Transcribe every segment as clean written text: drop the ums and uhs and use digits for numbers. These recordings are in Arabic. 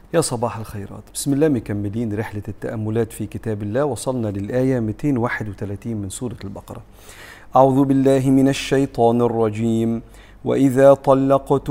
يا صباح الخيرات. بسم الله، مكملين رحلة التأملات في كتاب الله. وصلنا للآية 231 من سورة البقرة. أعوذ بالله من الشيطان الرجيم. وإذا طلقتم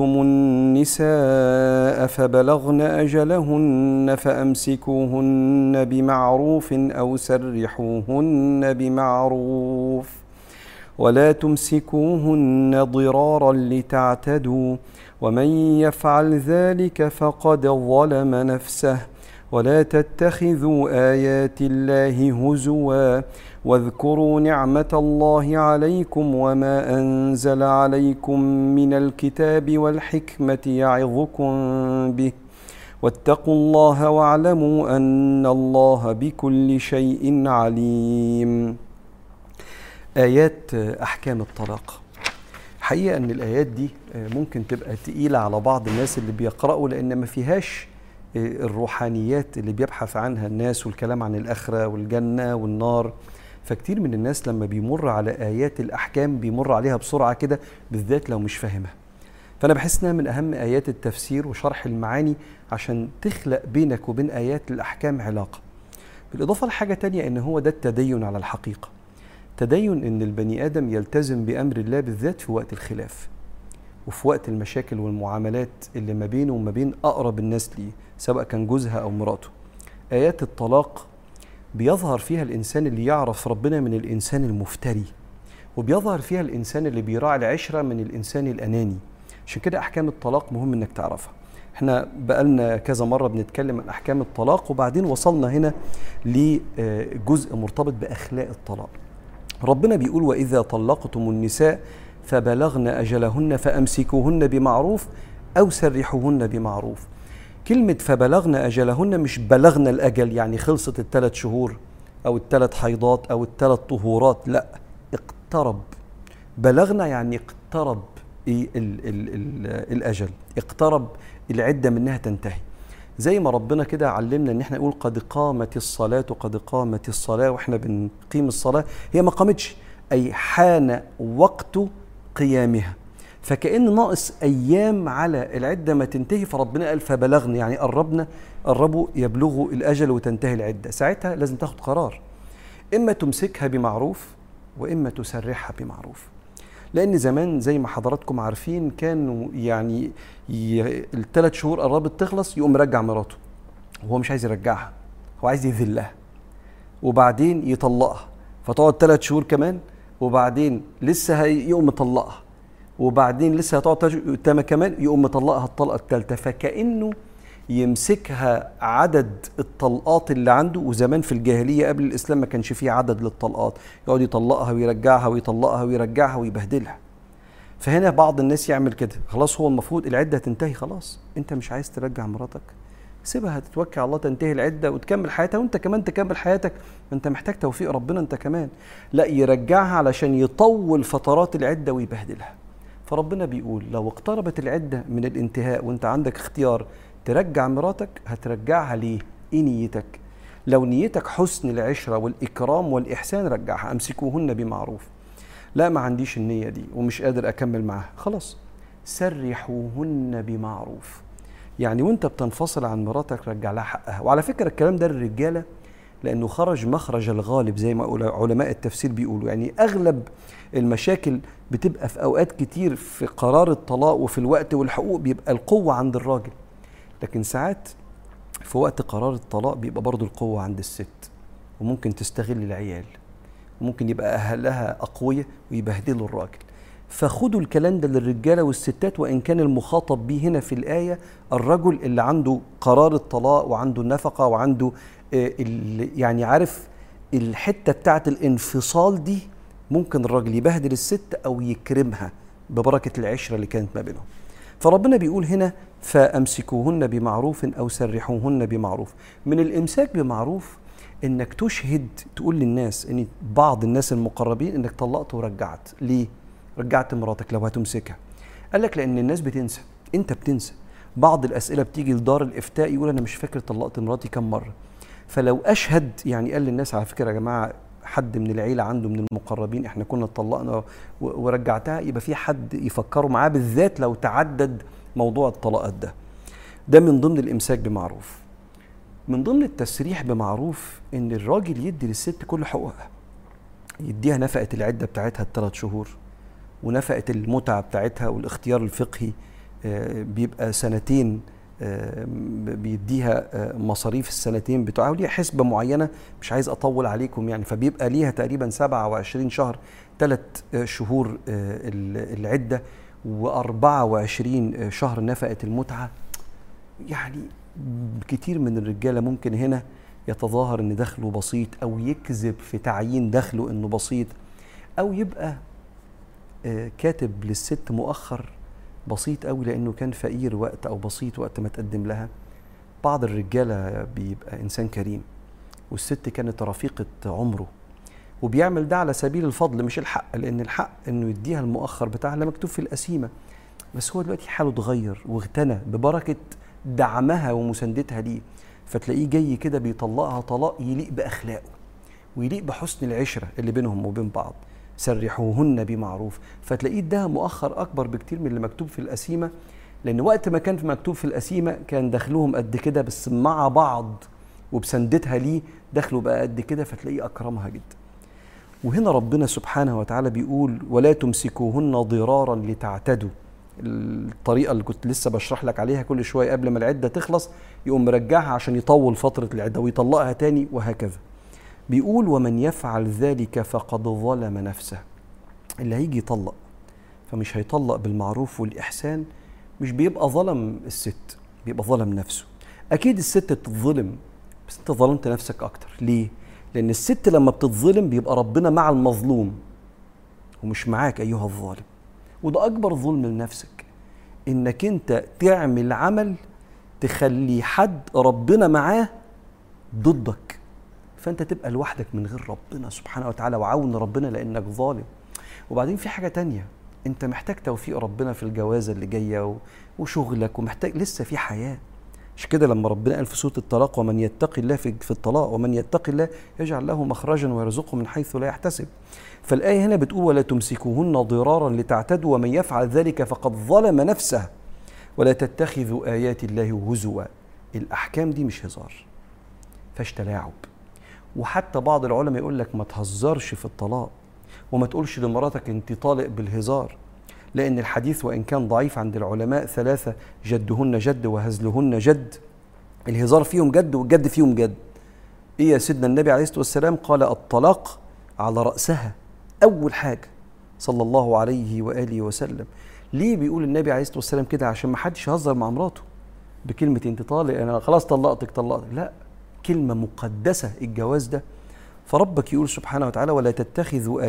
النساء فبلغن أجلهن فأمسكوهن بمعروف أو سرحوهن بمعروف ولا تمسكوهن ضرارا لتعتدوا ومن يفعل ذلك فقد ظلم نفسه ولا تتخذوا آيات الله هزوا واذكروا نعمة الله عليكم وما أنزل عليكم من الكتاب والحكمة يعظكم به واتقوا الله واعلموا أن الله بكل شيء عليم. آيات أحكام الطلاق. حقيقة أن الآيات دي ممكن تبقى تقيلة على بعض الناس اللي بيقرأوا، لأن ما فيهاش الروحانيات اللي بيبحث عنها الناس والكلام عن الآخرة والجنة والنار. فكتير من الناس لما بيمر على آيات الأحكام بيمر عليها بسرعة كده، بالذات لو مش فاهمها. فأنا بحس إنها من أهم آيات التفسير وشرح المعاني عشان تخلق بينك وبين آيات الأحكام علاقة. بالإضافة لحاجة تانية، إن هو ده التدين على الحقيقة. تدين إن البني آدم يلتزم بأمر الله، بالذات في وقت الخلاف وفي وقت المشاكل والمعاملات اللي ما بينه وما بين أقرب الناس ليه، سواء كان جوزها أو مراته. آيات الطلاق بيظهر فيها الإنسان اللي يعرف ربنا من الإنسان المفتري، وبيظهر فيها الإنسان اللي بيراعي العشرة من الإنسان الأناني. عشان كده أحكام الطلاق مهم إنك تعرفها. احنا بقالنا كذا مرة بنتكلم عن أحكام الطلاق، وبعدين وصلنا هنا لجزء مرتبط بأخلاق الطلاق. ربنا بيقول: وإذا طلقتم النساء فبلغن أجلهن فأمسكوهن بمعروف أو سرحوهن بمعروف. كلمة فبلغن أجلهن مش بلغن الأجل يعني خلصت ال3 شهور أو ال3 حيضات أو ال3 طهورات، لا، اقترب. بلغن يعني اقترب الأجل، اقترب العدة منها تنتهي. زي ما ربنا كده علمنا ان احنا نقول قد قامت الصلاة قد قامت الصلاة، واحنا بنقيم الصلاة، هي ما قامتش، اي حان وقت قيامها، فكأن ناقص ايام على العدة ما تنتهي. فربنا قال فبلغن يعني قربوا يبلغوا الاجل وتنتهي العدة. ساعتها لازم تاخد قرار، اما تمسكها بمعروف واما تسرحها بمعروف. لأن زمان زي ما حضراتكم عارفين كانوا يعني ال3 شهور قربت تخلص يقوم مرجع مراته، وهو مش عايز يرجعها، هو عايز يذلها، وبعدين يطلقها، فتقعد 3 شهور كمان، وبعدين لسه يقوم مطلقها، وبعدين لسه هتقعد 3 شهور كمان يقوم مطلقها الطلقة الثالثة. فكأنه يمسكها عدد الطلقات اللي عنده. وزمان في الجاهلية قبل الإسلام ما كانش فيه عدد للطلقات، يقعد يطلقها ويرجعها ويطلقها ويرجعها ويبهدلها. فهنا بعض الناس يعمل كده، خلاص هو المفروض العدة تنتهي، خلاص انت مش عايز ترجع مراتك، سيبها تتوكل على الله، تنتهي العدة وتكمل حياتها، وانت كمان تكمل حياتك، انت محتاج توفيق ربنا انت كمان. لا، يرجعها علشان يطول فترات العدة ويبهدلها. فربنا بيقول لو اقتربت العدة من الانتهاء وانت عندك اختيار ترجع مراتك، هترجعها ليه؟ ايه نيتك؟ لو نيتك حسن العشرة والإكرام والإحسان رجعها. أمسكوهن بمعروف. لا، ما عنديش النية دي ومش قادر أكمل معاها، خلاص سرحوهن بمعروف. يعني وانت بتنفصل عن مراتك رجع لها حقها. وعلى فكرة الكلام ده للرجالة لأنه خرج مخرج الغالب زي ما علماء التفسير بيقولوا. يعني أغلب المشاكل بتبقى في أوقات كتير في قرار الطلاق وفي الوقت والحقوق بيبقى القوة عند الراجل، لكن ساعات في وقت قرار الطلاق بيبقى برضو القوة عند الست، وممكن تستغل العيال، وممكن يبقى أهلها أقوياء ويبهدلوا الراجل. فخدوا الكلام ده للرجالة والستات، وإن كان المخاطب به هنا في الآية الرجل اللي عنده قرار الطلاق وعنده النفقة وعنده يعني عارف الحتة بتاعت الانفصال دي، ممكن الراجل يبهدل الست أو يكرمها ببركة العشرة اللي كانت ما بينهم. فربنا بيقول هنا فأمسكوهن بمعروف أو سرحوهن بمعروف. من الإمساك بمعروف إنك تشهد، تقول للناس إن بعض الناس المقربين إنك طلقت ورجعت. ليه؟ رجعت مراتك لو هتمسكها. قال لك لأن الناس بتنسى، أنت بتنسى. بعض الأسئلة بتيجي لدار الإفتاء يقول أنا مش فاكر طلقت مراتي كم مرة. فلو أشهد يعني قال للناس على فكرة يا جماعة حد من العيلة عنده من المقربين احنا كنا اتطلقنا ورجعتها، يبقى في حد يفكروا معاه، بالذات لو تعدد موضوع الطلاقات ده. ده من ضمن الإمساك بمعروف. من ضمن التسريح بمعروف إن الراجل يدي للست كل حقوقها، يديها نفقة العدة بتاعتها ال3 شهور، ونفقة المتعة بتاعتها والاختيار الفقهي بيبقى 2 بيديها مصاريف ال2 بتوعها، وليها حسبة معينة مش عايز أطول عليكم يعني، فبيبقى ليها تقريبا 27 شهر، 3 شهور العدة و24 شهر نفقة المتعة. يعني كتير من الرجالة ممكن هنا يتظاهر ان دخله بسيط، او يكذب في تعيين دخله انه بسيط، او يبقى كاتب للست مؤخر بسيط قوي لانه كان فقير وقت، او بسيط وقت ما تقدم لها. بعض الرجالة بيبقى انسان كريم والست كانت رفيقة عمره، وبيعمل ده على سبيل الفضل مش الحق، لان الحق انه يديها المؤخر بتاعها اللي مكتوب في القسيمة. بس هو دلوقتي حاله اتغير واغتنى ببركة دعمها ومساندتها ليه، فتلاقيه جاي كده بيطلقها طلاق يليق بأخلاقه ويليق بحسن العشرة اللي بينهم وبين بعض. سرحوهن بمعروف، فتلاقيه ده مؤخر أكبر بكتير من اللي مكتوب في القسيمة، لأن وقت ما كان مكتوب في القسيمة كان دخلهم قد كده، بس مع بعض وبسندتها ليه دخله بقى قد كده، فتلاقيه أكرمها جدا. وهنا ربنا سبحانه وتعالى بيقول ولا تمسكوهن ضرارا لتعتدوا. الطريقة اللي كنت لسه بشرح لك عليها، كل شوية قبل ما العدة تخلص يقوم مرجعها عشان يطول فترة العدة ويطلقها تاني وهكذا. بيقول ومن يفعل ذلك فقد ظلم نفسه. اللي هيجي يطلق فمش هيطلق بالمعروف والإحسان، مش بيبقى ظلم الست، بيبقى ظلم نفسه. أكيد الست بتتظلم، بس أنت ظلمت نفسك أكتر. ليه؟ لأن الست لما بتتظلم بيبقى ربنا مع المظلوم ومش معاك أيها الظالم، وده أكبر ظلم لنفسك، إنك أنت تعمل عمل تخلي حد ربنا معاه ضدك، فأنت تبقى لوحدك من غير ربنا سبحانه وتعالى وعون ربنا لأنك ظالم. وبعدين في حاجة تانية، أنت محتاج توفيق ربنا في الجوازة اللي جاية وشغلك، ومحتاج لسه في حياة. مش كده لما ربنا قال في سورة الطلاق ومن يتق الله في الطلاق ومن يتق الله يجعل له مخرجا ويرزقه من حيث لا يحتسب. فالآية هنا بتقول ولا تمسكوهن ضرارا لتعتدوا ومن يفعل ذلك فقد ظلم نفسه ولا تتخذوا آيات الله هزوا. الأحكام دي مش هزار، فاش تلاعب. وحتى بعض العلماء يقول لك ما تهزرش في الطلاق، وما تقولش لمراتك انت طالق بالهزار، لأن الحديث وإن كان ضعيف عند العلماء 3 جدهن جد وهزلهن جد. الهزار فيهم جد والجد فيهم جد. إيه يا سيدنا النبي عليه الصلاة والسلام قال الطلاق على رأسها أول حاجة صلى الله عليه وآله وسلم. ليه بيقول النبي عليه الصلاة والسلام كده؟ عشان ما حدش يهزر مع مراته بكلمة انت طالق، أنا خلاص طلقتك، لا، كلمة مقدسة الجواز ده. فربك يقول سبحانه وتعالى ولا تتخذوا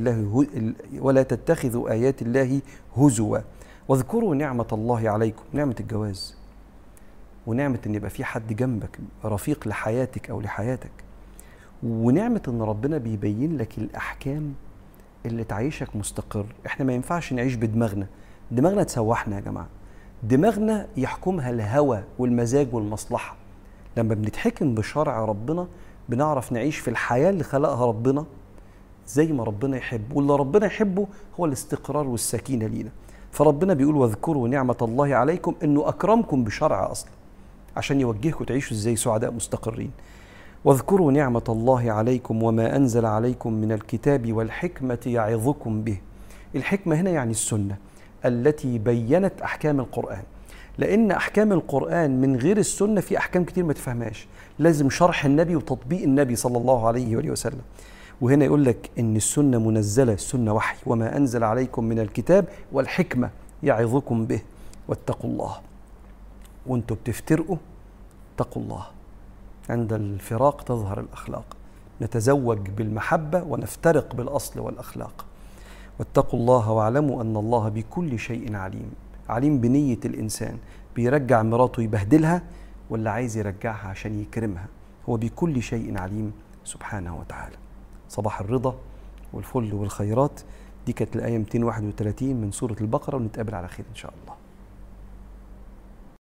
آيات الله هزوا واذكروا نعمة الله عليكم. نعمة الجواز ونعمة ان يبقى في حد جنبك رفيق لحياتك او لحياتك، ونعمة ان ربنا بيبين لك الأحكام اللي تعيشك مستقر. احنا ما ينفعش نعيش بدماغنا، دماغنا تسوحنا يا جماعة، دماغنا يحكمها الهوى والمزاج والمصلحة. لما بنتحكم بشرع ربنا بنعرف نعيش في الحياة اللي خلقها ربنا زي ما ربنا يحب، واللي ربنا يحبه هو الاستقرار والسكينة لينا. فربنا بيقول واذكروا نعمة الله عليكم، انه اكرمكم بشرع اصلا عشان يوجهكم تعيشوا ازاي سعداء مستقرين. واذكروا نعمة الله عليكم وما أنزل عليكم من الكتاب والحكمة يعظكم به. الحكمة هنا يعني السنة التي بينت أحكام القرآن، لأن أحكام القرآن من غير السنة في أحكام كتير ما تفهمهاش، لازم شرح النبي وتطبيق النبي صلى الله عليه وآله وسلم. وهنا يقول لك إن السنة منزلة، السنة وحي، وما أنزل عليكم من الكتاب والحكمة يعظكم به واتقوا الله. وانتوا بتفترقوا اتقوا الله، عند الفراق تظهر الأخلاق. نتزوج بالمحبة ونفترق بالأصل والأخلاق. واتقوا الله واعلموا أن الله بكل شيء عليم. عليم بنية الإنسان، بيرجع مراته يبهدلها ولا عايز يرجعها عشان يكرمها. هو بكل شيء عليم سبحانه وتعالى. صباح الرضا والفل والخيرات. دي كانت الآية 231 من سورة البقرة، ونتقابل على خير إن شاء الله.